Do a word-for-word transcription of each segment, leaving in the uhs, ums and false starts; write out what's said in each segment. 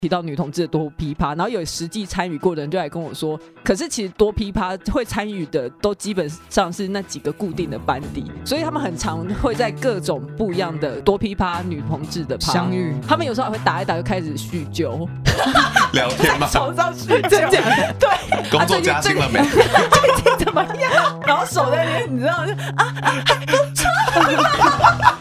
提到女同志的多批趴，然后有实际参与过的人就来跟我说，可是其实多批趴会参与的都基本上是那几个固定的班底，所以他们很常会在各种不一样的多批趴女同志的趴相遇， 他们有时候还会打一打就开始叙旧聊天吗？ 在床上叙旧，对， 工作加薪了没？ 最近怎么样？然后手在那边，你知道就啊，还不错。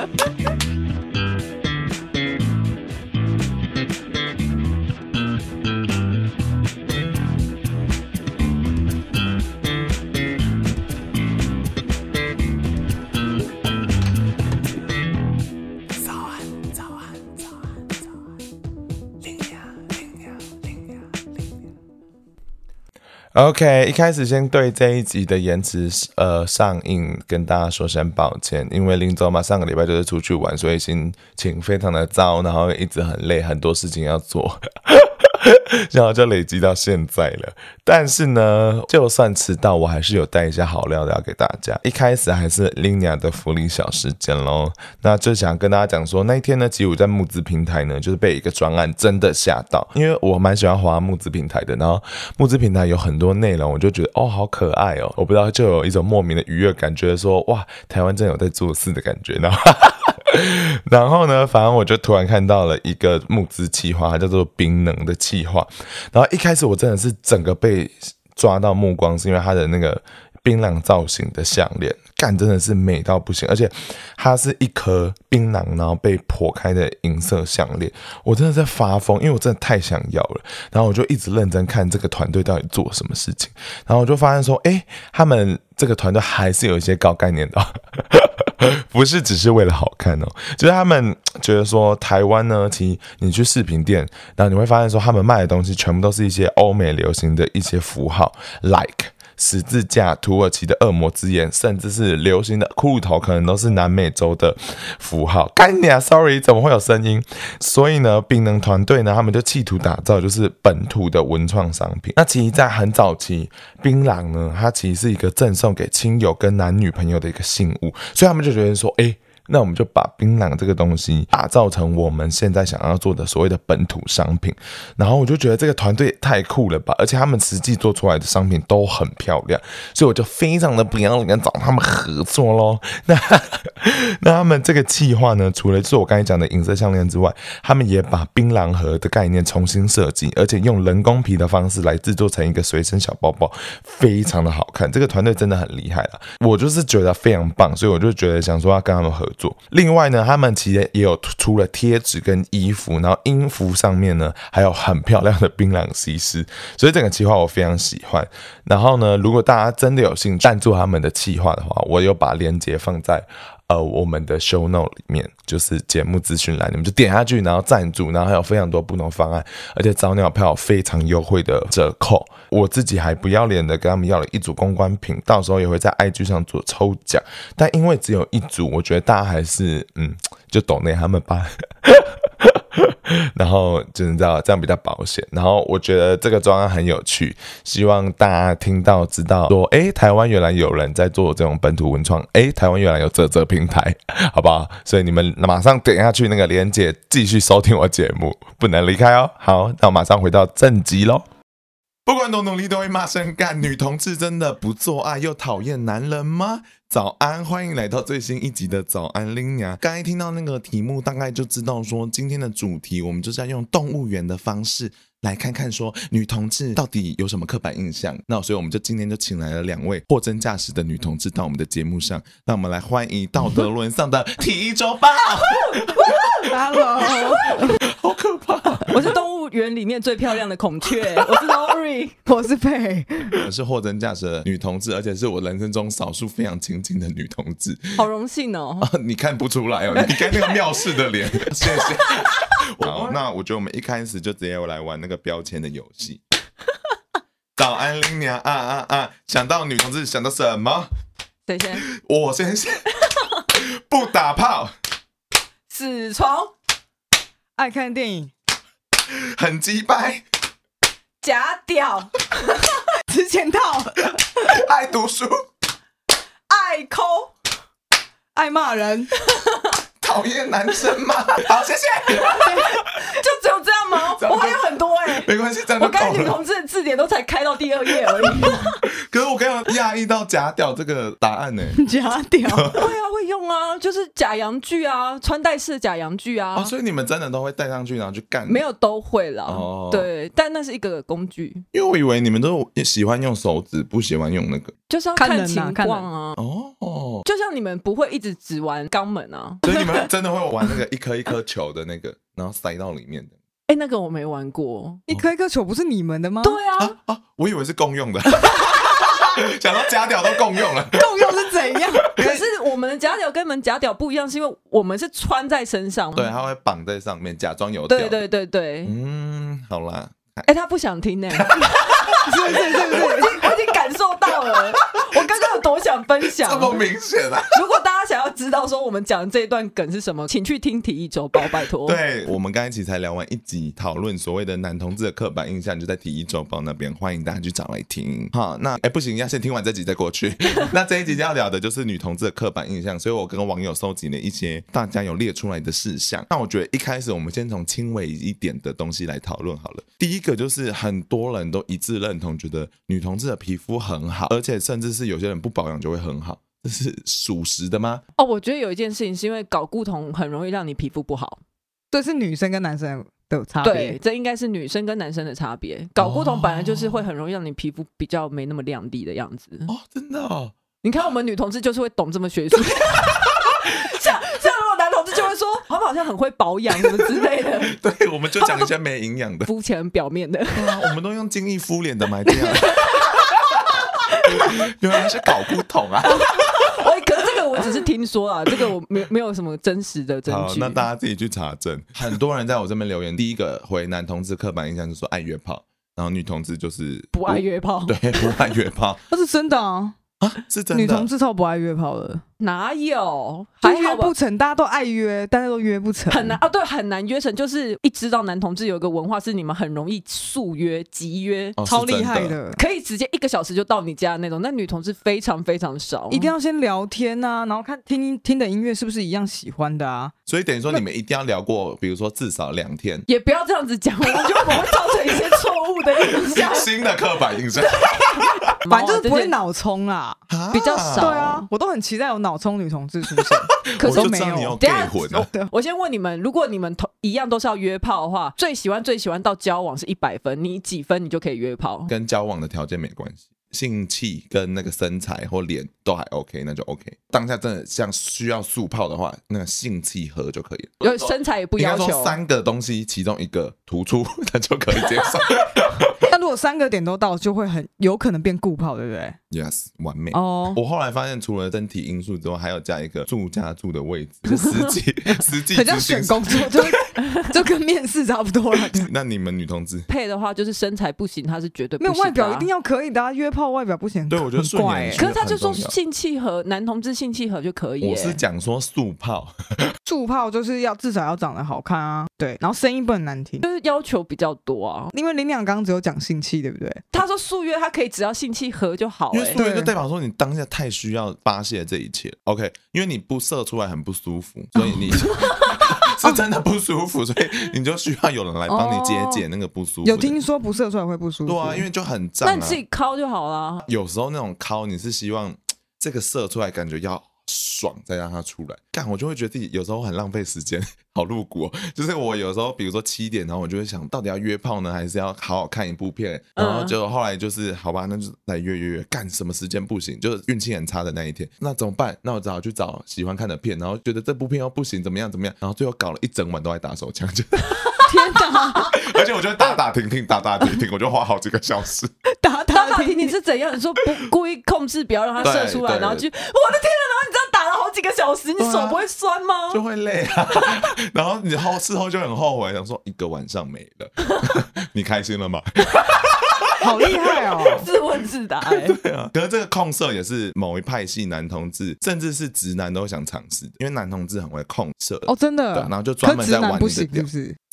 OK， 一开始先对这一集的延迟呃上映跟大家说声抱歉，因为林总嘛上个礼拜就是出去玩，所以心情非常的糟，然后一直很累，很多事情要做。然后就累积到现在了，但是呢就算迟到我还是有带一下好料的要给大家。一开始还是 Linia 的福利小时间咯，那就想跟大家讲说，那一天呢其实我在募资平台呢就是被一个专案真的吓到，因为我蛮喜欢滑募资平台的，然后募资平台有很多内容我就觉得哦好可爱哦，我不知道就有一种莫名的愉悦感，觉得说哇台湾真的有在做事的感觉，然后然后呢反正我就突然看到了一个募资企划，它叫做冰能的企划，然后一开始我真的是整个被抓到目光，是因为它的那个槟榔造型的项链，干真的是美到不行，而且它是一颗槟榔然后被破开的银色项链，我真的在发疯，因为我真的太想要了，然后我就一直认真看这个团队到底做什么事情，然后我就发现说诶他们这个团队还是有一些高概念的不是只是为了好看哦，就是他们觉得说台湾呢，其实你去饰品店，然后你会发现说他们卖的东西全部都是一些欧美流行的一些符号 like十字架、土耳其的恶魔之眼，甚至是流行的骷髅头，可能都是南美洲的符号。干你啊 ，sorry， 怎么会有声音？所以呢，冰能团队呢，他们就企图打造就是本土的文创商品。那其实，在很早期，槟榔呢，它其实是一个赠送给亲友跟男女朋友的一个信物，所以他们就觉得说，哎。那我们就把槟榔这个东西打造成我们现在想要做的所谓的本土商品，然后我就觉得这个团队太酷了吧，而且他们实际做出来的商品都很漂亮，所以我就非常的不要脸找他们合作咯。那那他们这个企划呢，除了做我刚才讲的银色项链之外，他们也把槟榔盒的概念重新设计，而且用人工皮的方式来制作成一个随身小包包，非常的好看。这个团队真的很厉害啦，我就是觉得非常棒，所以我就觉得想说要跟他们合作。另外呢，他们其实也有出了贴纸跟衣服，然后音符上面呢还有很漂亮的槟榔西施，所以整个企划我非常喜欢。然后呢，如果大家真的有兴趣赞助他们的企划的话，我有把链接放在呃我们的 show note 里面，就是节目资讯栏，你们就点下去，然后赞助，然后还有非常多不同方案，而且早鸟票有非常优惠的折扣。我自己还不要脸的跟他们要了一组公关品，到时候也会在 I G 上做抽奖，但因为只有一组，我觉得大家还是嗯就抖内他们吧然后就你知道这样比较保险，然后我觉得这个专案很有趣，希望大家听到知道说诶台湾原来有人在做这种本土文创，诶台湾原来有嘖嘖平台，好不好？所以你们马上点下去那个连结继续收听我节目，不能离开哦。好，那我马上回到正集咯。不管多努力都会骂声干，女同志真的不做爱又讨厌男人吗？早安，欢迎来到最新一集的早安拎娘。刚才听到那个题目，大概就知道说今天的主题我们就是要用动物园的方式来看看说女同志到底有什么刻板印象。那所以我们就今天就请来了两位货真价实的女同志到我们的节目上，让我们来欢迎道德沦丧的体周报 Hello 好可怕， 我是动物园里面最漂亮的孔雀，我是 Lori， 我是佩， 我是货真价实的女同志，而且是我人生中少数非常亲近的女同志。 好荣幸哦、 啊、你看不出来哦，你看那个藐视的脸谢谢好，那我觉得我们一开始就直接来玩那个标签的游戏早安拎娘啊啊啊！想到女同志想到什么？ 谁先？ 我先先不打炮， 死床， 爱看电影， 很鸡掰， 假屌， 吃前套， 爱读书， 爱抠， 爱骂人， 讨讨厌男生吗？好，谢谢。 就只有这样吗？我还有很多哎、欸， 没关系，这样就我刚才够了。 女同志的字典都才开到第二页而已。 可是我刚刚讶异到假屌这个答案呢、欸。 假屌， 会啊，会用啊，就是假洋具啊，穿戴式假洋具啊。 哦，所以你们真的都会带上去，然后去干？ 没有都会啦、 哦对，但那是一个工具， 因为我以为你们都喜欢用手指，不喜欢用那个。 就是要看人啊情况啊。 哦， 就像你们不会一直只玩肛门啊。 所以你们真的会玩那个一颗一颗球的那个，然后塞到里面的。 哎、那个我没玩过。 一颗一颗球不是你们的吗？ 对啊， 啊啊！我以为是共用的，想到假屌都共用了。 共用是怎样？ 可是我们的假屌跟你们假屌不一样，是因为我们是穿在身上。 对，它会绑在上面，假装有屌。 对对对对。 嗯，好啦。 哎、他不想听呢、欸，是不是？是不是？我已经我已经感受到了，我刚刚有多想分享。 这么明显啊！ 如果大家想要知道说我们讲的这一段梗是什么，请去听体育周报，拜托。 对，我们刚才其实才聊完一集，讨论所谓的男同志的刻板印象，就在体育周报那边，欢迎大家去找来听。好，那哎不行，要先听完这集再过去。那这一集要聊的就是女同志的刻板印象，所以我跟网友收集了一些大家有列出来的事项。那我觉得一开始我们先从轻微一点的东西来讨论好了。第一个就是很多人都一致认同，觉得女同志的皮肤很好，而且甚至是有些人不保养就会很好。这是属实的吗？ 哦，我觉得有一件事情是因为睾固酮很容易让你皮肤不好。 这是女生跟男生的差别。 对，这应该是女生跟男生的差别。睾固酮本来就是会很容易让你皮肤比较没那么亮丽的样子。 哦，真的哦。 你看我们女同志就是会懂这么学术。像像如果男同志就会说他们好像很会保养什么之类的。 对，我们就讲一些没营养的， 肤浅表面的。 对啊，我们都用精益敷脸的买这样。原来是睾固酮啊！ 哎，可是这个我只是听说啊，这个我没没有什么真实的证据。 好，那大家自己去查证。很多人在我这边留言，第一个回男同志刻板印象就是说爱约炮，然后女同志就是不爱约炮。 对，不爱约炮。 那是真的啊， 啊，是真的。 女同志超不爱约炮的， 哪有？ 就还好吧约不成，大家都爱约，大家都约不成， 很难啊，对，很难约成。就是一知道男同志有一个文化是你们很容易速约、急约， 哦超厉害是真的。 可以直接一个小时就到你家的那种。那女同志非常非常少， 一定要先聊天啊，然后看听听的音乐是不是一样喜欢的啊。 所以等于说你们一定要聊过，比如说至少两天。 也不要这样子讲，我觉得我们会造成一些错误的印象。 新的刻板印象， 反正就是不会脑冲啦， 比较少。 对啊，我都很期待有脑冲女同志出现， 我可是都没就知道你有有。 gay 等一下魂啊。 对， 我先问你们，如果你们同一样都是要约炮的话，最喜欢最喜欢到交往是一百分，你几分你就可以约炮？ 跟交往的条件没关系，性气跟那个身材或脸都还 OK， 那就 OK。当下真的像需要速泡的话，那个性气合就可以了。 有身材也不要应该说求。 三个东西其中一个突出，那就可以接受。 那如果三个点都到，就会很有可能变固炮，对不对？ Yes， 完美。 哦， 我后来发现，除了身体因素之外，还有加一个住家住的位置，就实际实际很像执行选工作，就就跟面试差不多了。 那你们女同志， 配的话就是身材不行，他是绝对不没有行的啊外表一定要可以的啊，约炮外表不行， 对我觉得顺很怪欸。 眼是可是他就说很重要性契合，男同志性契合就可以耶。 我是讲说速泡， 助炮就是要至少要长得好看啊，对，然后声音不能难听。 就是要求比较多啊。 因为林两刚刚只有讲性气，对不对？ 他说速约他可以只要性契合就好哎因为。速约就代表说你当下太需要发泄这一切 ，OK？ 因为你不射出来很不舒服，所以你是真的不舒服，所以你就需要有人来帮你解解那个不舒服的。 有听说不射出来会不舒服？ 对啊，因为就很胀、啊。 那你自己敲就好啦。 有时候那种敲你是希望这个射出来感觉要爽，再让它出来。干，我就会觉得自己有时候很浪费时间，好露骨哦。就是我有时候，比如说七点，然后我就会想到底要约炮呢，还是要好好看一部片？然后就后来就是好吧，那就来约约约。干什么时间不行，就是运气很差的那一天，那怎么办？那我只好去找喜欢看的片，然后觉得这部片又不行，怎么样怎么样，然后最后搞了一整晚都在打手枪，就天哪， 而且我就打打停停，打打停停，我就花好几个小时。 打打打打停你是怎样？你说不故意控制不要让它射出来， 对对然后就我的天啊！然后你这样打了好几个小时，你手不会酸吗？ 就会累啊，然后你后事后就很后悔，想说一个晚上没了，你开心了吗？ 好厉害哦！ 自问自答、欸。 对啊，可是这个控射也是某一派系男同志，甚至是直男都想尝试的，因为男同志很会控射哦，真的。 对、啊，然后就专门在玩可直男不你的屌行是不。是？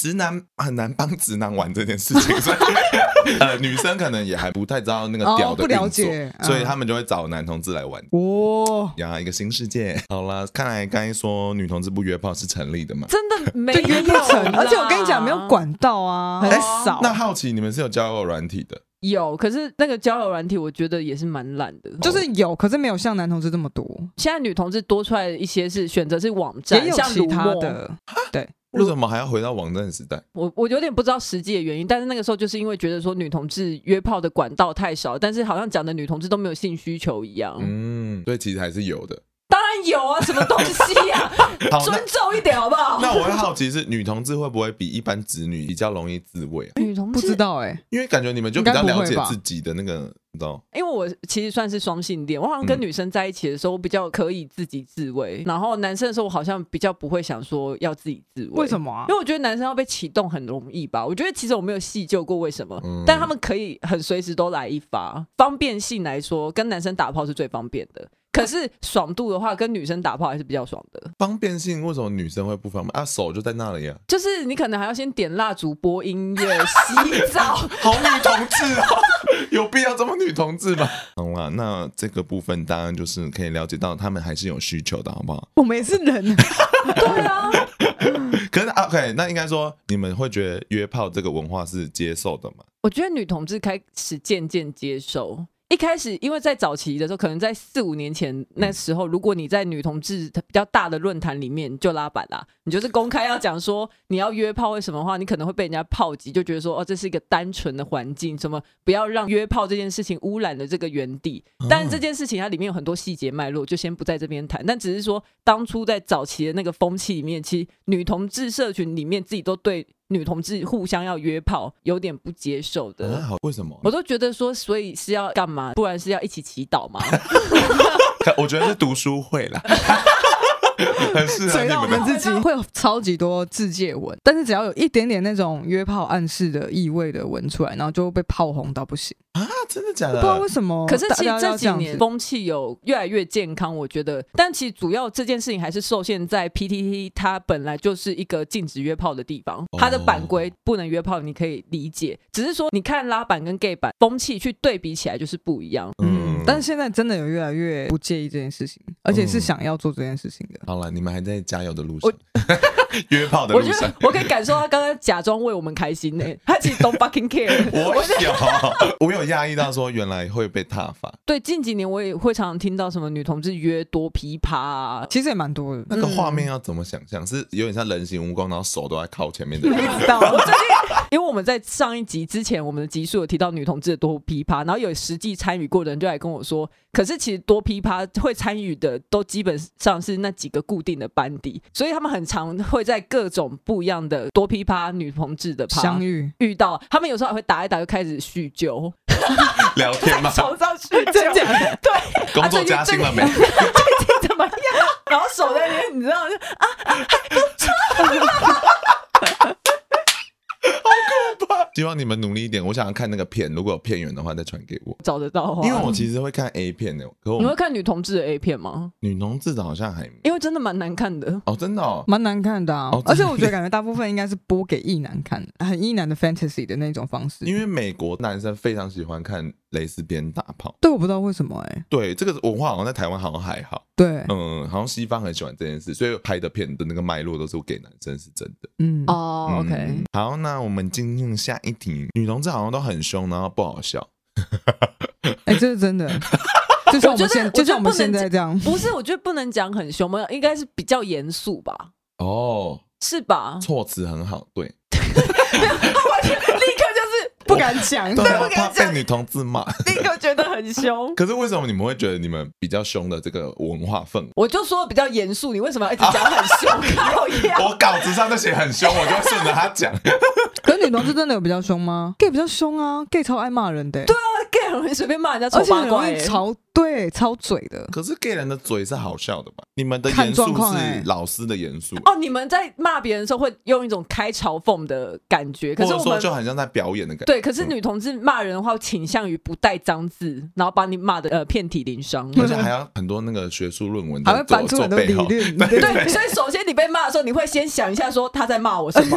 直男很难帮直男玩这件事情，所以呃，女生可能也还不太知道那个屌的运作、哦、 不了解、 嗯，所以他们就会找男同志来玩。 哦， 呀，一个新世界。好啦，看来刚才说女同志不约炮是成立的嘛？ 真的没有约不成，而且我跟你讲，没有管道啊，很少。 那好奇你们是有交友软体的？ 有，可是那个交友软体我觉得也是蛮懒的， 就是有，可是没有像男同志这么多。 现在女同志多出来的一些是选择是网站， 也有其他的，对。 为什么还要回到网站时代？ 我我有点不知道实际的原因，但是那个时候就是因为觉得说女同志约炮的管道太少，但是好像讲的女同志都没有性需求一样。 嗯，所以其实还是有的。 当然有啊，什么东西啊？尊重一点好不好？ 那我会好奇是女同志会不会比一般直女比较容易自慰、啊？ 女同志不知道哎、欸， 因为感觉你们就比较了解自己的那个，你知道？ 因为我其实算是双性恋，我好像跟女生在一起的时候，我比较可以自己自慰、嗯，然后男生的时候，我好像比较不会想说要自己自慰。 为什么啊？ 因为我觉得男生要被启动很容易吧。我觉得其实我没有细究过为什么，嗯、但他们可以很随时都来一发。方便性来说，跟男生打炮是最方便的。可是爽度的话，跟女生打炮还是比较爽的。 方便性为什么女生会不方便啊？手就在那里啊。 就是你可能还要先点蜡烛、播音乐、洗澡， 好女同志哦，有必要这么女同志吗？好啦，那这个部分当然就是可以了解到他们还是有需求的，好不好？ 我们也是人， 对啊。 可是 OK， 那应该说你们会觉得约炮这个文化是接受的吗？ 我觉得女同志开始渐渐接受。一开始因为在早期的时候，可能在四五年前那时候，如果你在女同志比较大的论坛里面就拉板啦，你就是公开要讲说你要约炮为什么的话，你可能会被人家炮击，就觉得说哦，这是一个单纯的环境，什么不要让约炮这件事情污染了这个原地。但是这件事情它里面有很多细节脉络，就先不在这边谈，但只是说当初在早期的那个风气里面，其实女同志社群里面自己都对女同志互相要约炮有点不接受的、 啊、为什么？ 我都觉得说所以是要干嘛，不然是要一起祈祷吗？ 我觉得是读书会啦。很适合你们， 我们自己会有超级多自介文，但是只要有一点点那种约炮暗示的意味的文出来，然后就会被炮轰到不行啊！真的假的？ 不知道为什么。 可是其实这几年风气有越来越健康，我觉得，但其实主要这件事情还是受限在 P T T， 它本来就是一个禁止约炮的地方，它的版规不能约炮，你可以理解，只是说你看拉版跟 gay 版风气去对比起来就是不一样。 嗯，但是现在真的有越来越不介意这件事情，而且是想要做这件事情的。 好了，你们还在加油的路上，约炮的路上， 我觉得我可以感受他刚刚假装为我们开心呢、欸，他其实 don't fucking care。 我有，我有讶异到说原来会被挞伐。 对，近几年我也会常常听到什么女同志约多噼啪啊， 其实也蛮多的。 那个画面要怎么想象？是有点像人形蜈蚣，然后手都在靠前面的人。 不知道， 因为我们在上一集之前，我们的集数有提到女同志的多噼啪，然后有实际参与过的人就来跟我说，可是其实多噼啪会参与的都基本上是那几个固定的班底，所以他们很常会在各种不一样的多噼啪女同志的趴相遇遇到，他们有时候还会打一打就开始叙旧聊天吗？ 在床上叙旧，真假的？对， 工作加薪了没？ 最近怎么样？然后手在那边，你知道就啊啊，还不错。 好可怕！希望你们努力一点。我想要看那个片，如果有片源的话，再传给我。 找得到的话， 因为我其实会看 A 片的。可我你会看女同志的 A 片吗？ 女同志的好像还因为真的蛮难看的哦，真的哦， 蛮难看的啊。 哦、 而且我觉得感觉大部分应该是播给异男看的，很异男的 fantasy 的那种方式。 因为美国男生非常喜欢看蕾丝边打炮。 对，我不知道为什么哎、欸。 对，这个文化好像在台湾好像还好。 对， 嗯，好像西方很喜欢这件事，所以拍的片的那个脉络都是给男生，是真的。 嗯哦、oh, ，OK、嗯。 好，那我们进入下一题。女同志好像都很凶，然后不好笑。 哎、欸，这是真的。就像我们现，就像我们现在这样。 不是，我觉得不能讲很凶，应该是比较严肃吧。 哦， 是吧？ 措辞很好，对。 完全立刻就是不敢讲， 对，不敢怕被女同志骂， 立刻觉得很凶。 可是为什么你们会觉得你们比较凶的这个文化氛围？ 我就说比较严肃，你为什么要一直讲很凶？ 啊、我稿子上就写很凶，我就会顺着他讲。 可是女同志真的有比较凶吗 ？gay 比较凶啊 ，gay 超爱骂人的、欸。 对啊 gay 很容易随便骂人家丑而且很容八怪、欸， 易超对超嘴的。 可是 gay 人的嘴是好笑的吧？你们的看严肃状况欸是老师的严肃， 哦，你们在骂别人的时候会用一种开嘲讽的感觉，可或者说是我们就很像在表演的感觉。 对，可是女同志骂人的话，倾向于不带脏字，然后把你骂的呃遍体鳞伤。 而且还要很多那个学术论文还会做翻出很多做背后。 理论， 对，所以首先你被骂的时候，你会先想一下说他在骂我什么。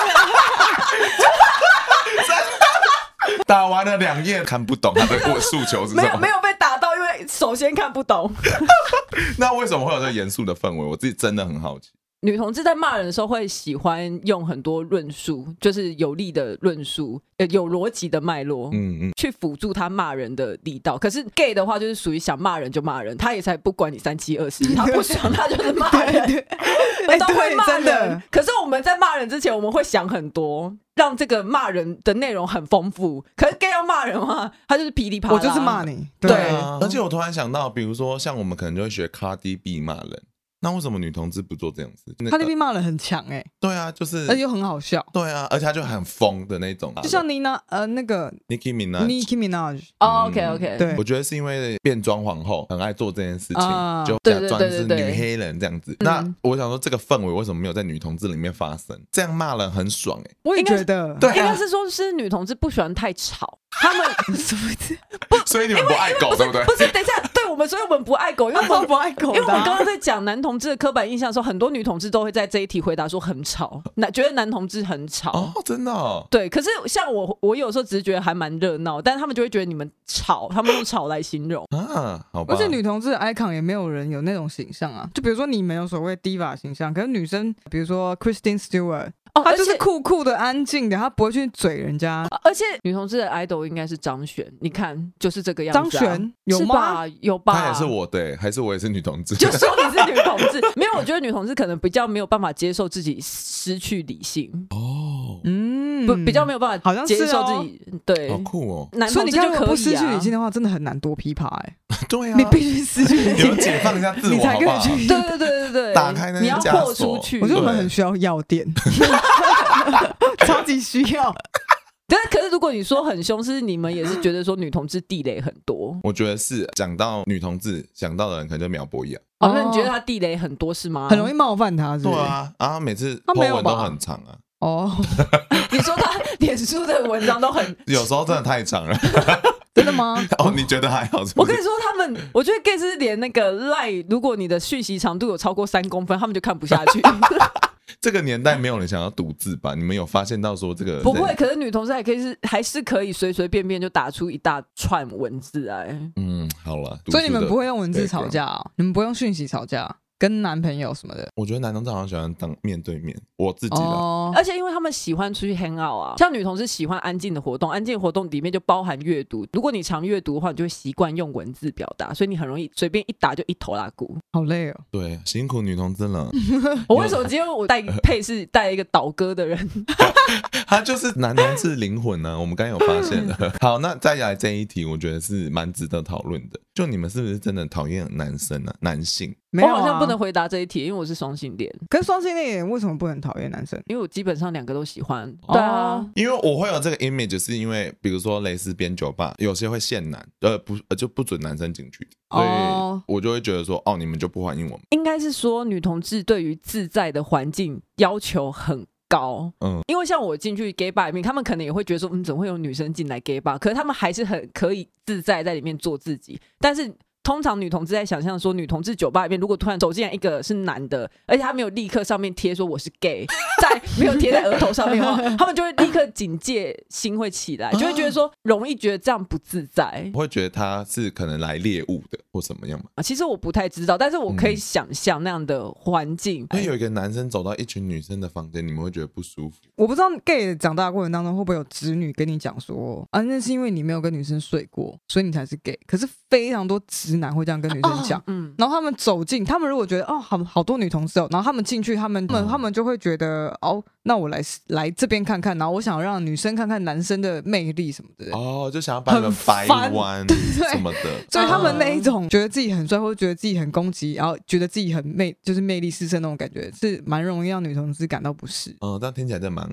打完了两页看不懂他的诉求是什么？ 没有没有被打到，因为首先看不懂。 那为什么会有这个严肃的氛围？我自己真的很好奇。 女同志在骂人的时候会喜欢用很多论述，就是有力的论述，呃，有逻辑的脉络， 嗯嗯， 去辅助他骂人的力道。可是 gay 的话，就是属于想骂人就骂人，他也才不管你三七二十一，他不爽他就是骂人， 哎都会骂人。 对真的可是我们在骂人之前，我们会想很多，让这个骂人的内容很丰富。可是 gay 要骂人的话，他就是噼里啪啦， 我就是骂你。 对啊。而且我突然想到，比如说像我们可能就会学 Cardi B 骂人。那为什么女同志不做这样事？ 他那边骂人很强哎、欸， 对啊，就是而且又很好笑。 对啊，而且他就很疯的那种， 就像妮娜呃那个 Nicki Minaj Nicki Minaj， 哦 ，OK OK， 对， 我觉得是因为变装皇后很爱做这件事情， 啊就假装是女黑人这样子。 对对对对那我想说，这个氛围为什么没有在女同志里面发生？这样骂人很爽哎、欸。 我也觉得， 对啊应该是说是女同志不喜欢太吵，他们什么字？ 所以你们不爱狗，对不对？ 不是，等一下，对我们，所以我们不爱狗，因为我们不爱狗的啊因为我们刚刚在讲男同志的刻板印象的时候，很多女同志都会在这一题回答说很吵，男觉得男同志很吵。 哦，真的哦。 对，可是像我，我有时候只是觉得还蛮热闹，但是他们就会觉得你们吵，他们用吵来形容。 啊，好吧。 而且女同志的 icon 也没有人有那种形象啊，就比如说你们有所谓 diva 形象，可是女生，比如说 Kristen Stewart， 哦， 她就是而且酷酷的、安静的，她不会去嘴人家。 而且女同志的 idol 应该是张悬，你看就是这个样子、啊。 张悬有是吗？ 吧？有吧？ 她也是我的、欸，还是我也是女同志？ 就说你是女同志，没有，我觉得女同志可能比较没有办法接受自己失去理性， 哦， 嗯， 不比较没有办法好像是接受哦自己，对， 好酷哦。 男所以你看， 同志就可以、啊、 如果不失去理性的话，真的很难多琵琶哎、 对啊， 你必须失去理你性们，解放一下自我你才可以好不好？ 去。 对对对对对， 打开那些你要枷豁锁出去。 我觉得我们对很需要药店，超级需要。 可是可是如果你说很凶，是你们也是觉得说女同志地雷很多？ 我觉得是讲到女同志，想到的人可能就苗博雅。 哦，那你觉得她地雷很多是吗？ 很容易冒犯他，是不是？ 对啊，啊，每次他没 po 有文都吧很长啊， 哦， 你说她脸书的文章都很， 有时候真的太长了。 真的吗？ 哦，你觉得还好是不是？ 我跟你说，他们我觉得 gay 是连那个 line， 如果你的讯息长度有超过三公分，他们就看不下去。 这个年代没有人想要读字吧？你们有发现到说这个不会，可是女同志还可以是还是可以随随便便就打出一大串文字来。 嗯，好了， 所以你们不会用文字对吵架哦？你们不用讯息吵架，跟男朋友什么的？ 我觉得男同志好像喜欢当面对面，我自己的。 哦， 而且因为他们喜欢出去 hang out 啊，像女同志喜欢安静的活动，安静的活动里面就包含阅读。如果你常阅读的话，你就会习惯用文字表达，所以你很容易随便一打就一头拉骨。 好累哦。 对，辛苦女同志了。 我为什么今天我带配是带一个倒戈的人？ 他就是男同志灵魂呢、啊，我们刚刚有发现了。好，那再来这一题，我觉得是蛮值得讨论的。就你们是不是真的讨厌男生啊？男性？ 没有、啊， 我好像不能回答这一题，因为我是双性恋。 可是双性恋为什么不能讨厌男生？ 因为我基本上两个都喜欢。 哦对啊， 因为我会有这个 image， 是因为比如说蕾丝边酒吧，有些会限男，呃不呃就不准男生进去，所以我就会觉得说，哦，你们就不欢迎我们。 应该是说女同志对于自在的环境要求很高， 嗯， 因为像我进去 gay bar 里面，他们可能也会觉得说，嗯，怎么会有女生进来 gay bar？ 可是他们还是很可以自在在里面做自己，但是。通常女同志在想象说，女同志酒吧里面如果突然走进来一个是男的，而且他没有立刻上面贴说我是 gay， 在没有贴在额头上面的话，他们就会立刻警戒心会起来，就会觉得说容易觉得这样不自在。 我会觉得他是可能来猎物的或什么样嘛。 啊，其实我不太知道，但是我可以想象那样的环境。 那、嗯、有一个男生走到一群女生的房间，你们会觉得不舒服？ 我不知道 gay 长大的过程当中会不会有直女跟你讲说，啊，那是因为你没有跟女生睡过，所以你才是 gay。可是非常多直男会这样跟女生讲、哦，嗯，然后他们走进，他们如果觉得哦，好好多女同事哦，然后他们进去，他们他们、嗯、他们就会觉得哦，那我来来这边看看，然后我想让女生看看男生的魅力什么的， 哦，就想要把你们掰弯什么的， 所以他们那一种觉得自己很帅，或者觉得自己很攻击，然后觉得自己很魅，就是魅力四射那种感觉，是蛮容易让女同志感到不适。 嗯，但听起来真的蛮恶的。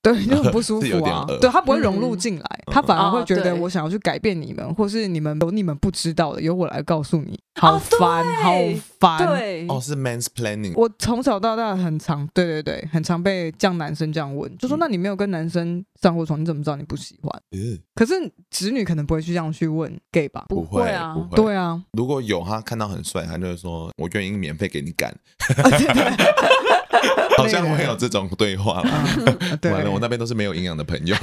对，就很不舒服啊。对，他不会融入进来，嗯、他反而会觉得我想要去改变你们，或是你们有你们不知道的，由我来告诉你。好烦，哦、好烦。 对， 哦，是 mansplaining。 我从小到大很常，对对对，很常被这样男生这样问，就说、嗯、那你没有跟男生上过床，你怎么知道你不喜欢？嗯、可是直女可能不会去这样去问 gay 吧？ 不会啊，不会。 对啊， 如果有他看到很帅，他就会说我愿意免费给你干。 啊、对对好像会有这种对话吧、嗯、完了我那边都是没有营养的朋友。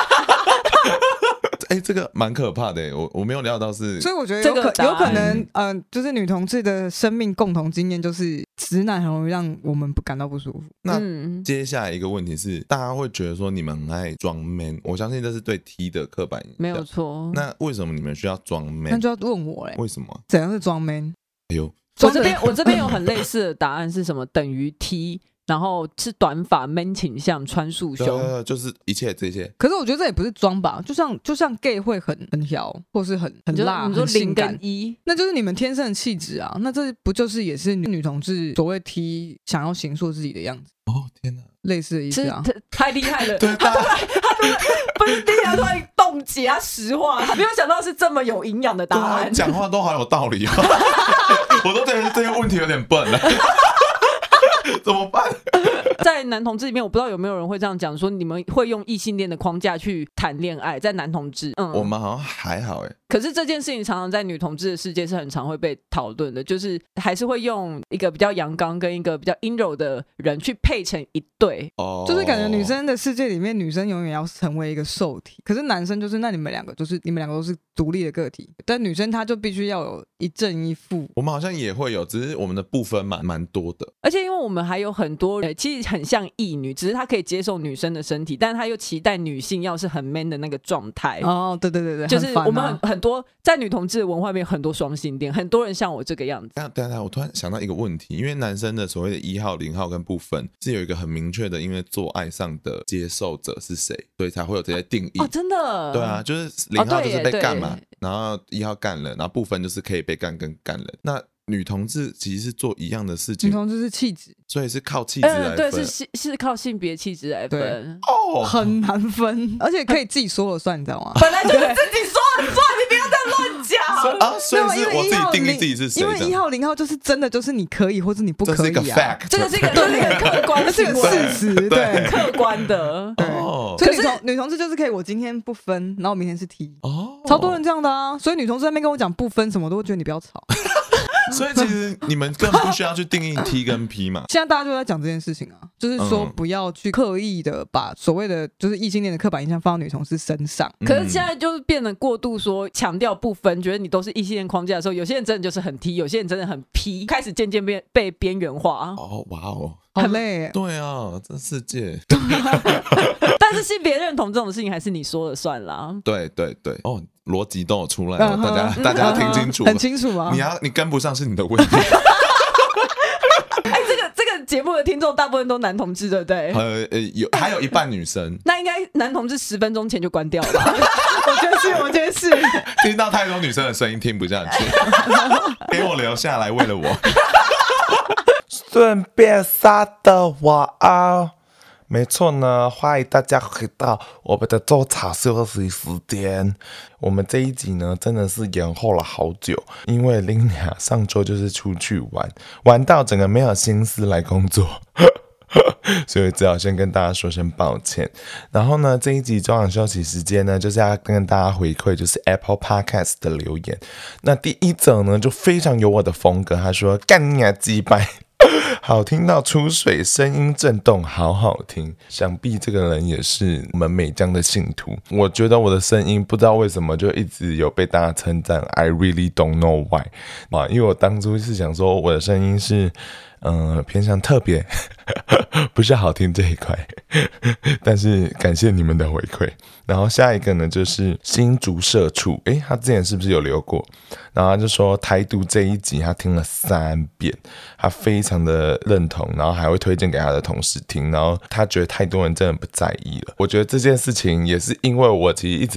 哎、欸，这个蛮可怕的，我我没有料到是， 所以我觉得有可有可能，嗯、呃，就是女同志的生命共同经验，就是直男很容易让我们不感到不舒服。 那接下来一个问题是，大家会觉得说你们很爱装 man， 我相信这是对 T 的刻板印象， 没有错。 那为什么你们需要装 man？ 那就要问我哎， 为什么？ 怎样是装 man？ 哎呦， 我这边我这边有很类似的答案是什么？等于 T。然后是短发 man 倾向穿束胸、 呃、就是一切这些。 可是我觉得这也不是装吧，就像就像 gay 会很很挑或是很很辣， 你说零跟一， 那就是你们天生的气质啊，那这不就是也是女同志所谓 T 想要形塑自己的样子？ 哦天哪， 类似的意思啊， 太厉害了。 对， 他突然他突然不是第一他突然冻结他实话，他没有想到是这么有营养的答案， 讲话都好有道理、哦、我都觉得这些问题有点笨了。怎么办？ 在男同志里面，我不知道有没有人会这样讲，说你们会用异性恋的框架去谈恋爱，在男同志，嗯， 我们好像还好哎。 可是这件事情常常在女同志的世界是很常会被讨论的，就是还是会用一个比较阳刚跟一个比较阴柔的人去配成一对， 哦， 就是感觉女生的世界里面，女生永远要成为一个受体，可是男生就是那你们两个就是你们两个都是独立的个体，但女生她就必须要有一正一负。 我们好像也会有，只是我们的部分蛮蛮多的， 而且因为我们还有很多人其实很像异女，只是她可以接受女生的身体，但是她又期待女性要是很 man 的那个状态。 哦，对对对对， 就是我们 很, 很多在女同志的文化里面很多双性恋，很多人像我这个样子。 对对对，我突然想到一个问题，因为男生的所谓的一号、零号跟不分是有一个很明确的，因为做爱上的接受者是谁，所以才会有这些定义。 哦，真的？ 对啊，就是零号就是被干嘛，哦、然后一号干人，然后不分就是可以被干跟干人。那女同志其实是做一样的事情， 女同志是气质， 所以是靠气质来分、呃、 对，是是靠性别气质来分， 哦， 很难分，而且可以自己说了算，你知道吗？ 本来就是自己说了算，你不要再乱讲啊！所以是我自己定义自己是谁， 因为一号零号就是真的就是你可以或者你不可以、啊、 这是一个 fact， 这个是一个对一个客观的这个事实，对， 对客观的。 哦， 所以女同女同志就是可以，我今天不分，然后我明天是 T， 哦， 超多人这样的啊，所以女同志在那边跟我讲不分什么，都会觉得你不要吵。 所以其实你们更不需要去定义 T 跟 P 嘛。 现在大家就在讲这件事情啊，就是说不要去刻意的把所谓的就是异性恋的刻板印象放到女同志身上。 嗯、可是现在就是变得过度说强调不分，觉得你都是异性恋框架的时候，有些人真的就是很 T， 有些人真的很 P， 开始渐渐被被边缘化。 哦，哇哦， 好累。 对啊，这世界。 但是性别认同这种事情还是你说了算啦。 对对对，哦。逻辑都有出来了， uh-huh, 大家大家要听清楚， 很清楚啊！ 你要你跟不上是你的问题。 哎，这个这个节目的听众大部分都男同志，对不对？ 呃呃，有还有一半女生。 那应该男同志十分钟前就关掉了吧？我觉得是，我觉得是。 听到太多女生的声音，听不下去，给我留下来，为了我。顺便杀的我啊！没错呢，欢迎大家回到我们的周茶休息时间。我们这一集呢，真的是延后了好久，因为林雅上周就是出去玩，玩到整个没有心思来工作，所以只好先跟大家说声抱歉。然后呢，这一集中场休息时间呢，就是要跟大家回馈，就是 Apple Podcast 的留言。那第一则呢，就非常有我的风格，他说干你啊鸡掰。好听到出水，声音震动，好好听。想必这个人也是我们美江的信徒。我觉得我的声音不知道为什么就一直有被大家称赞 I really don't know why 啊，因为我当初是想说我的声音是嗯、呃、偏向特别不是好听这一块，但是感谢你们的回馈。然后下一个呢，就是新竹社畜，诶，他之前是不是有留过？然后他就说台独这一集他听了三遍，他非常的认同，然后还会推荐给他的同事听，然后他觉得太多人真的不在意了。我觉得这件事情也是因为我其实一直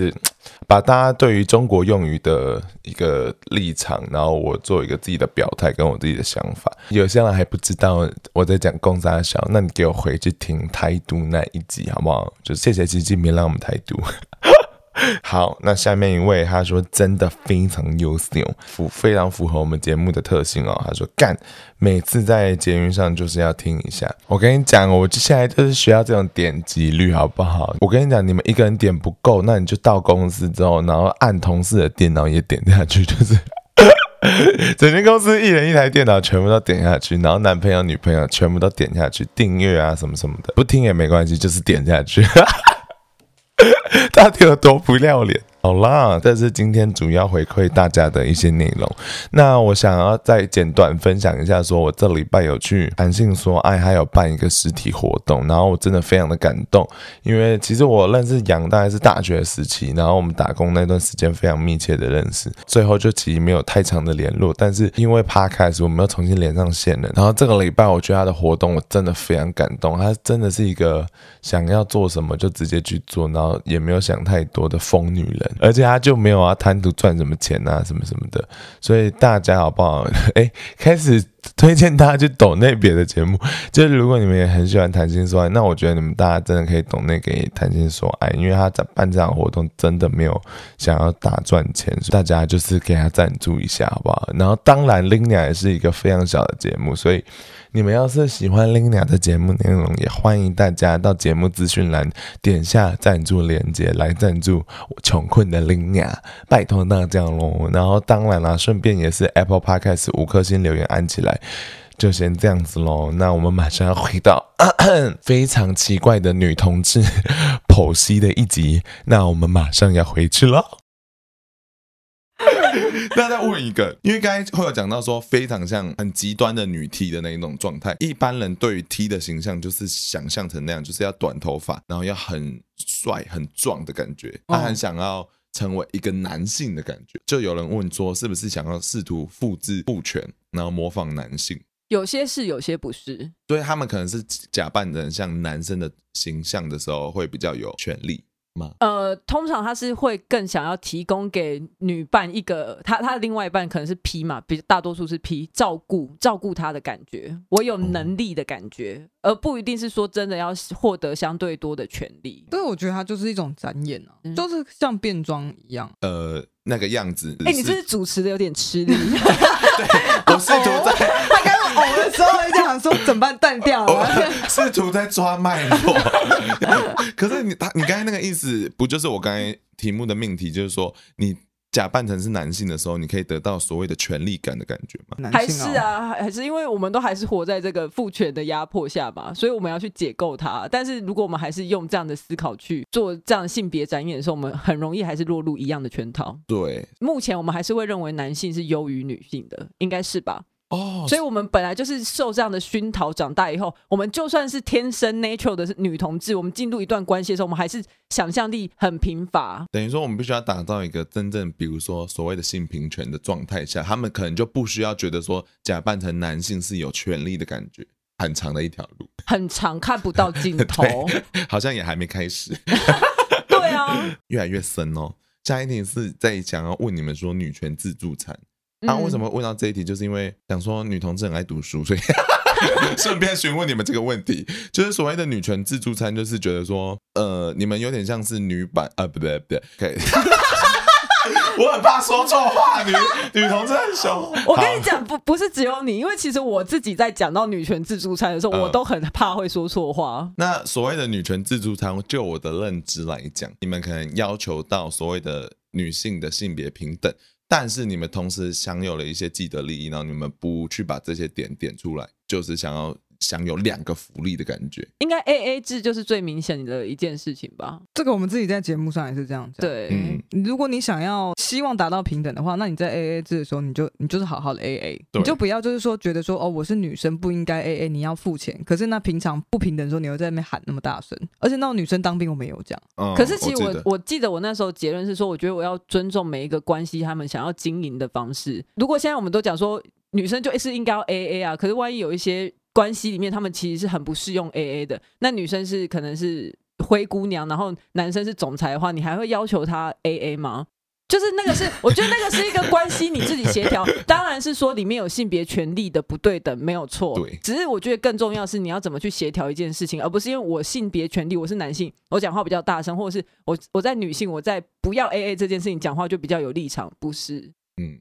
把大家对于中国用语的一个立场，然后我做一个自己的表态跟我自己的想法。有些人还不知道我在讲公三小，那你给我回去听台独那一集好不好？就谢谢习近平让我们台独。好，那下面一位他说真的非常优秀，非常符合我们节目的特性哦。他说干，每次在捷运上就是要听一下。我跟你讲，我接下来就是需要这种点击率好不好？我跟你讲，你们一个人点不够，那你就到公司之后，然后按同事的电脑也点下去，就是整间公司一人一台电脑全部都点下去，然后男朋友女朋友全部都点下去，订阅啊什么什么的，不听也没关系，就是点下去。到底有多不要脸？好啦，这是今天主要回馈大家的一些内容。那我想要再简短分享一下，说我这礼拜有去韩信说爱还有办一个实体活动，然后我真的非常的感动，因为其实我认识杨大概是大学时期，然后我们打工那段时间非常密切的认识，最后就其实没有太长的联络，但是因为 Podcast 我们又重新连上线了。然后这个礼拜我觉得他的活动我真的非常感动，他真的是一个想要做什么就直接去做，然后也没有想太多的疯女人，而且他就没有要贪图赚什么钱啊什么什么的，所以大家好不好？哎，开始推荐大家去抖内别的节目，就是如果你们也很喜欢谈心说爱，那我觉得你们大家真的可以抖内给谈心说爱，因为他在办这场活动真的没有想要打赚钱，所以大家就是给他赞助一下好不好？然后当然 Lina 也是一个非常小的节目，所以你们要是喜欢 Lina 的节目内容，也欢迎大家到节目资讯栏点下赞助连结来赞助我穷困的 Lina， 拜托大家咯。然后当然啦，顺便也是 Apple Podcast 五颗星留言按起来，就先这样子咯。那我们马上要回到咳咳非常奇怪的女同志剖析的一集，那我们马上要回去咯。那再问一个，因为刚才会有讲到说非常像很极端的女 T 的那一种状态，一般人对于 T 的形象就是想象成那样，就是要短头发，然后要很帅很壮的感觉，他很想要成为一个男性的感觉。就有人问说是不是想要试图复制父权，然后模仿男性， 有些是有些不是， 所以他们可能是假扮成像男生的形象的时候会比较有权利。 呃，通常他是会更想要提供给女伴一个，他他的另外一半可能是 P 嘛，比大多数是 P， 照顾照顾他的感觉，我有能力的感觉，而不一定是说真的要获得相对多的权利。 对，我觉得它就是一种展演啊，嗯、就是像变装一样。 呃，那个样子。 哎、欸，你这是主持的有点吃力。 对，我试图在他刚刚呕的时候，就想说怎么办淡掉了。 我试图在抓脉络。可是你他你刚才那个意思，不就是我刚才题目的命题，就是说你假扮成是男性的时候，你可以得到所谓的权力感的感觉吗？ 还是啊，还是因为我们都还是活在这个父权的压迫下嘛，所以我们要去解构它。但是如果我们还是用这样的思考去做这样的性别展演的时候，我们很容易还是落入一样的圈套。 对， 目前我们还是会认为男性是优于女性的，应该是吧？ 哦， 所以我们本来就是受这样的熏陶，长大以后，我们就算是天生 natural 的女同志，我们进入一段关系的时候，我们还是想象力很贫乏。 等于说，我们必须要打造一个真正，比如说所谓的性平权的状态下，他们可能就不需要觉得说假扮成男性是有权利的感觉。很长的一条路， 很长，看不到尽头， 好像也还没开始。 对啊， 越来越深哦。下一题是在想要问你们说女权自助餐。啊，为什么问到这一题，就是因为想说女同志很爱读书，所以顺便询问你们这个问题，就是所谓的女权自助餐，就是觉得说，呃，你们有点像是女版，呃，不对不对，可以。我很怕说错话，女女同志很凶。 我跟你讲，不不是只有你，因为其实我自己在讲到女权自助餐的时候，呃、我都很怕会说错话。 那所谓的女权自助餐，就我的认知来讲，你们可能要求到所谓的女性的性别平等。但是你们同时享有了一些既得利益，然后你们不去把这些点点出来，就是想要享有两个福利的感觉。 应该 A A 制就是最明显的一件事情吧？ 这个我们自己在节目上也是这样讲。 对、 嗯，如果你想要希望达到平等的话，那你在 A A 制的时候，你就你就是好好的 A A， 你就不要就是说觉得说哦我是女生不应该 A A， 你要付钱。可是那平常不平等的时候，你会在那边喊那么大声，而且那种女生当兵我们也有讲、 嗯。 可是其实我 我, 我记得我那时候结论是说，我觉得我要尊重每一个关系他们想要经营的方式。如果现在我们都讲说女生就是应该要 A A 啊，可是万一有一些关系里面他们其实是很不适用 A A 的，那女生是可能是灰姑娘，然后男生是总裁的话，你还会要求他 A A 吗？就是那个是，我觉得那个是一个关系你自己协调，当然是说里面有性别权利的不对等没有错， 对， 只是我觉得更重要是你要怎么去协调一件事情，而不是因为我性别权利我是男性，我讲话比较大声，或者是我我在女性我在不要 A A 这件事情讲话就比较有立场，不是？嗯，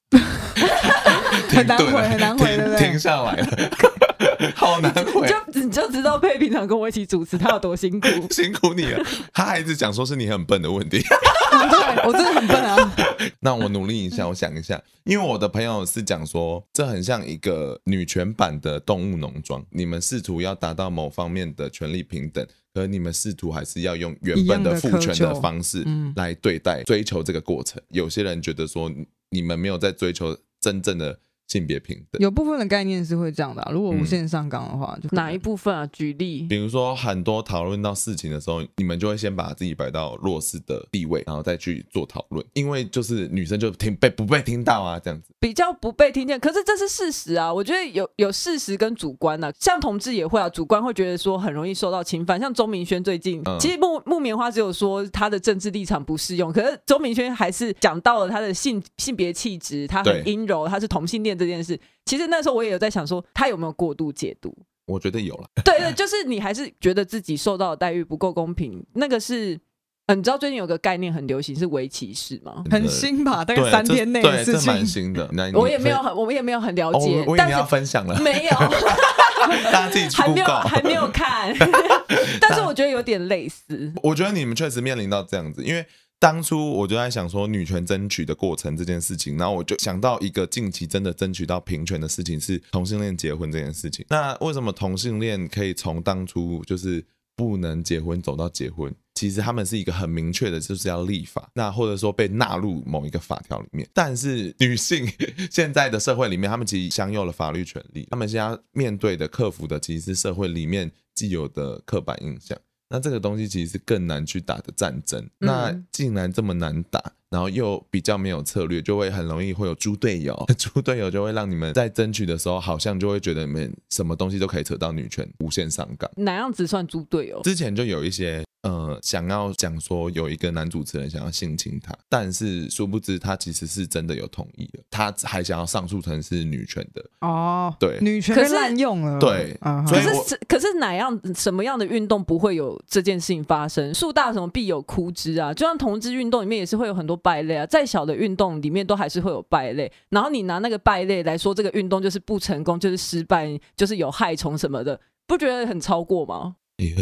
很难回，很难回，对不对？ 停下来了。好难回， 就你就知道佩平常跟我一起主持，他有多辛苦， 辛苦你了。他还一直讲说是你很笨的问题， 对我真的很笨啊。 那我努力一下，我想一下，因为我的朋友是讲说，这很像一个女权版的动物农庄，你们试图要达到某方面的权利平等，可你们试图还是要用原本的父权的方式来对待、追求这个过程。有些人觉得说，你们没有在追求真正的性别平等， 有部分的概念是会这样的、啊、如果无限上纲的话、嗯、就哪一部分啊？举例， 比如说很多讨论到事情的时候，你们就会先把自己摆到弱势的地位，然后再去做讨论，因为就是女生就听被不被听到啊，这样子比较不被听见。可是这是事实啊，我觉得有有事实跟主观啊，像同志也会啊，主观会觉得说很容易受到侵犯，像周明轩最近、嗯、其实木木棉花只有说他的政治立场不适用，可是周明轩还是讲到了他的性性别气质，他很阴柔，他是同性恋这件事。其实那时候我也有在想说他有没有过度解读， 我觉得有了。 对对，就是你还是觉得自己受到的待遇不够公平，那个是、呃、你知道最近有个概念很流行是微歧视吗？ 很新吧，大概三天内的事情。 对，这蛮新的。 我也没有很我也没有很了解、 哦、我以为你要分享了， 没有大家自己去 Google 还没有看但是我觉得有点类似。 我觉得你们确实面临到这样子，因为当初我就在想说女权争取的过程这件事情，然后我就想到一个近期真的争取到平权的事情，是同性恋结婚这件事情。那为什么同性恋可以从当初就是不能结婚走到结婚，其实他们是一个很明确的就是要立法，那或者说被纳入某一个法条里面。但是女性现在的社会里面，他们其实享有了法律权利，他们现在面对的克服的其实是社会里面既有的刻板印象，那这个东西其实是更难去打的战争、嗯、那既然这么难打，然后又比较没有策略，就会很容易会有猪队友猪队友就会让你们在争取的时候好像就会觉得你们什么东西都可以扯到女权无限上纲。 哪样子算猪队友？ 之前就有一些呃，想要讲说有一个男主持人想要性侵他，但是殊不知他其实是真的有同意的，他还想要上诉成是女权的哦， 对， 女权被滥用了， 对、 uh-huh. 所以可是可是哪样什么样的运动不会有这件事情发生？树大什么必有枯枝啊，就像同志运动里面也是会有很多败类啊，再小的运动里面都还是会有败类，然后你拿那个败类来说这个运动就是不成功，就是失败，就是有害虫什么的，不觉得很超过吗？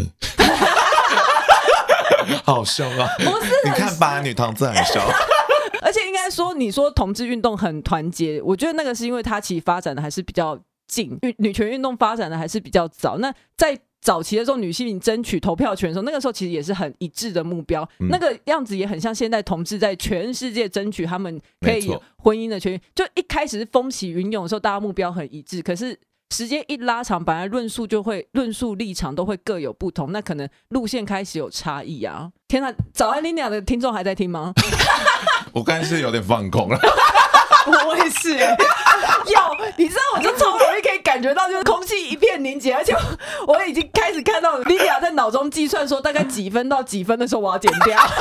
好凶啊！ 不是， 你看吧，女同志很凶。 而且应该说，你说同志运动很团结，我觉得那个是因为它其实发展的还是比较近，女权运动发展的还是比较早。那在早期的时候，女性争取投票权的时候，那个时候其实也是很一致的目标、嗯、那个样子也很像现在同志在全世界争取他们可以有婚姻的权利。就一开始是风起云涌的时候，大家目标很一致，可是时间一拉长，本来论述就会论述立场都会各有不同，那可能路线开始有差异啊。天哪，早安Linda的听众还在听吗？ 我刚才是有点放空了。 我也是、欸、有，你知道我就超容易可以感觉到就是空气一片凝结，而且 我, 我已经开始看到 Linda 在脑中计算说大概几分到几分的时候我要剪掉。 啊、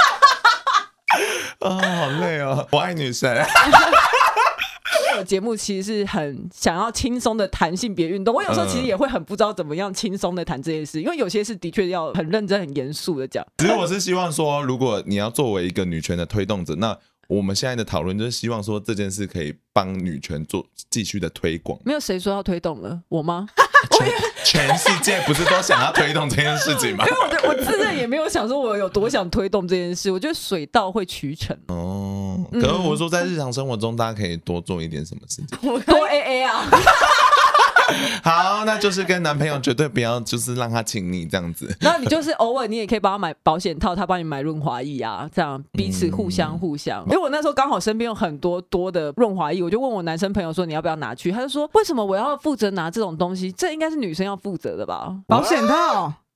哦，好累哦，我爱女神。 我节目其实是很想要轻松的谈性别运动，我有时候其实也会很不知道怎么样轻松的谈这件事，因为有些事的确要很认真很严肃的讲。 其实我是希望说，如果你要作为一个女权的推动者，那我们现在的讨论就是希望说这件事可以帮女权做继续的推广。 没有谁说要推动了，我吗？ 全, 全世界不是都想要推动这件事情吗？ 因为 我, 我自认也没有想说我有多想推动这件事，我觉得水到会渠成。 哦，可是我说在日常生活中大家可以多做一点什么事情。 多 A A 啊。 好，那就是跟男朋友绝对不要就是让他请你这样子， 然后你就是偶尔你也可以帮他买保险套，他帮你买润滑液啊，这样彼此互相互相、嗯、因为我那时候刚好身边有很多多的润滑液，我就问我男生朋友说你要不要拿去，他就说为什么我要负责拿这种东西，这应该是女生要负责的吧。 保险套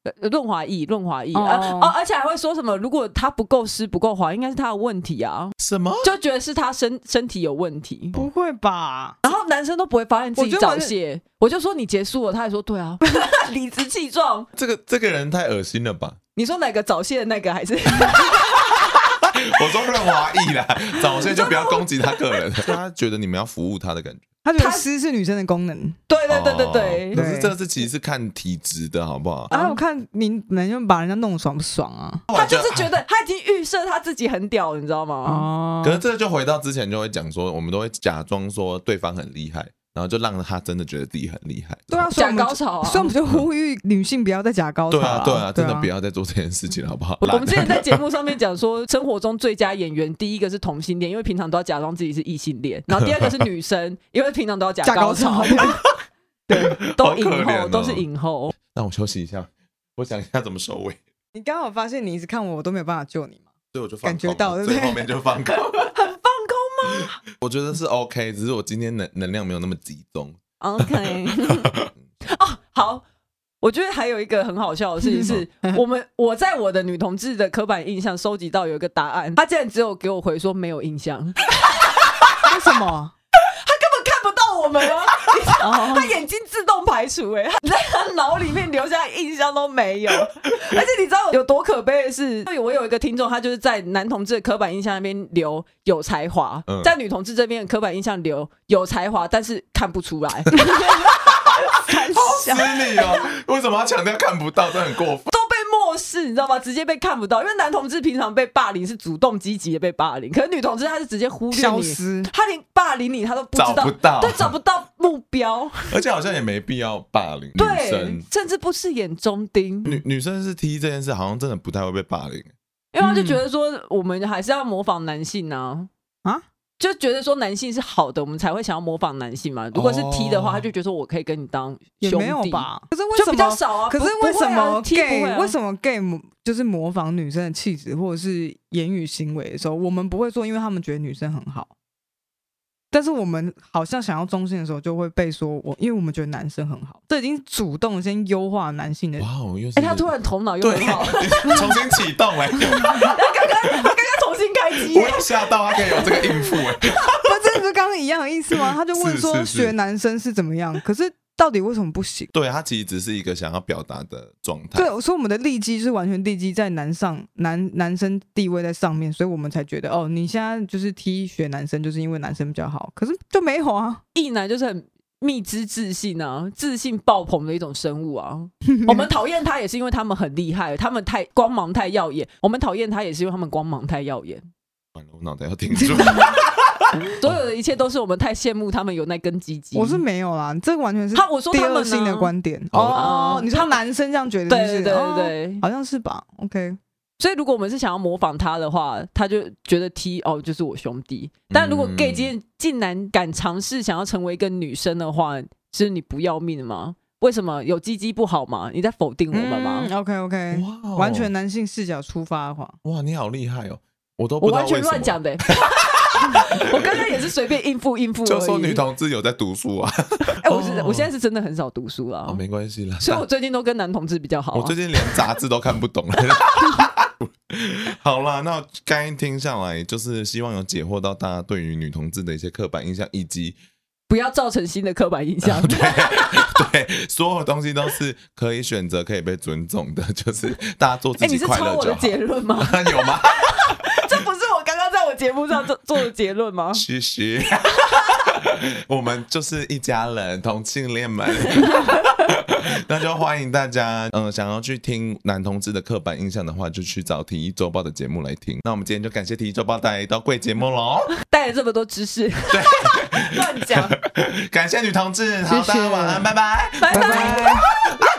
润滑液，润滑液、哦呃哦，而且还会说什么，如果它不够湿不够滑，应该是他的问题啊。 什么？ 就觉得是他身身体有问题？ 不会吧？ 然后男生都不会发现自己早泄，我就说你结束了，他还说对啊，理直气壮。 这个这个人太恶心了吧？ 你说哪个早泄的那个还是？ 我说润滑液啦，早泄就不要攻击他个人，他觉得你们要服务他的感觉。 他觉得湿是女生的功能， 对对对对对。 哦、可是这是其实是看体质的好不好？ 啊，我看你们就把人家弄爽不爽啊？ 他就是觉得他已经预设他自己很屌，你知道吗？ 哦。 可是这就回到之前就会讲说，我们都会假装说对方很厉害。然后就让他真的觉得自己很厉害， 对啊， 假高潮啊， 所以我们就呼吁女性不要再假高潮、啊， 对啊，对啊，真的不要再做这件事情了，好不好？ 我们之前在节目上面讲说，生活中最佳演员，第一个是同性恋，因为平常都要假装自己是异性恋；然后第二个是女生，因为平常都要假高潮，对，都影后，都是影后。 那我休息一下，我想一下怎么收尾。 你刚好发现你一直看我，我都没有办法救你嘛， 所以我就放感觉到，对不对？ 最后面就放空， 很放空吗？ 我觉得是 OK， 只是我今天能能量没有那么集中。 OK， 哦，好，我觉得还有一个很好笑的事情是，我们我在我的女同志的刻板印象收集到有一个答案，他竟然只有给我回说没有印象， 为什么？ 他根本看不到我们啊！哦、他眼睛自动排除、欸，哎，在他脑里面留下印象都没有。而且你知道有多可悲的是，我有一个听众，他就是在男同志的刻板印象那边留有才华，嗯、在女同志这边的刻板印象留有才华，但是看不出来。 好失礼哦！为什么要强调看不到？这很过分。 都被漠视，你知道吗？直接被看不到。因为男同志平常被霸凌是主动积极的被霸凌，可是女同志她是直接忽略你， 消失， 她连霸凌你她都不知道， 找不到， 对，找不到目标， 而且好像也没必要霸凌女生， 甚至不是眼中钉。 女女生是 T 这件事，好像真的不太会被霸凌， 因为他就觉得说，我们还是要模仿男性啊啊。就觉得说男性是好的，我们才会想要模仿男性嘛。如果是 T 的话，他就觉得说我可以跟你当兄弟， 也没有吧？可是为什么就比较少啊？ 可是为什么 gay、 啊、 为什么 gay 就是模仿女生的气质或者是言语行为的时候，我们不会做，因为他们觉得女生很好。但是我们好像想要中性的时候，就会被说我，因为我们觉得男生很好，这已经主动先优化男性的。 哇哦，又是、 欸、他突然头脑又很好， 重新启动哎、欸！ 他刚刚他刚刚重新开机、欸， 我有吓到他可以有这个应付哎、欸！ 不是不是刚刚一样的意思吗？他就问说学男生是怎么样，可是到底为什么不行？ 对，他其实只是一个想要表达的状态。 对，所以我们的立基是完全立基在男上男男生地位在上面，所以我们才觉得哦，你现在就是踢学男生，就是因为男生比较好，可是就没有啊。 异男就是很蜜汁自信啊，自信爆棚的一种生物啊。我们讨厌他也是因为他们很厉害，他们太光芒太耀眼；我们讨厌他也是因为他们光芒太耀眼。 完了，我脑袋要停住。 所有的一切都是我们太羡慕他们有那根鸡鸡。 我是没有啦，这完全是他我说第二性的观点哦。你说男生这样觉得， 对对对对对， 好像是吧 ？OK。 所以如果我们是想要模仿他的话，他就觉得 T 哦就是我兄弟。但如果 gay 竟竟然敢尝试想要成为一个女生的话，是你不要命吗？为什么有鸡鸡不好吗？你在否定我们吗、 嗯、？OK OK， wow, 完全男性视角出发的话， 哇，你好厉害哦！我都不知道为什么， 我完全乱讲的、欸。我刚刚也是随便应付应付而已， 就说女同志有在读书啊。 哎、欸，我是、哦、我现在是真的很少读书啦。 哦，没關係啦。 所以我最近都跟男同志比较好、啊。 我最近连雜誌都看不懂了。好啦，那剛才聽下來，就是希望有解惑到大家對於女同志的一些刻板印象，以及不要造成新的刻板印象。 对对，所有東西都是可以選擇、可以被尊重的，就是大家做自己快樂就好。欸、你是抄我的結論嗎？有嗎？ 這不是我剛剛在我節目上做做的結論嗎？ 謝謝。我們就是一家人，同性戀們。那就歡迎大家，嗯、呃，想要去聽男同志的刻板印象的話，就去找體育週報的節目來聽。那我們今天就感謝體育週報帶來到貴節目咯， 帶了這麼多知識， 對， 亂講。 感謝女同志，好，大家晚安，拜拜， 拜拜。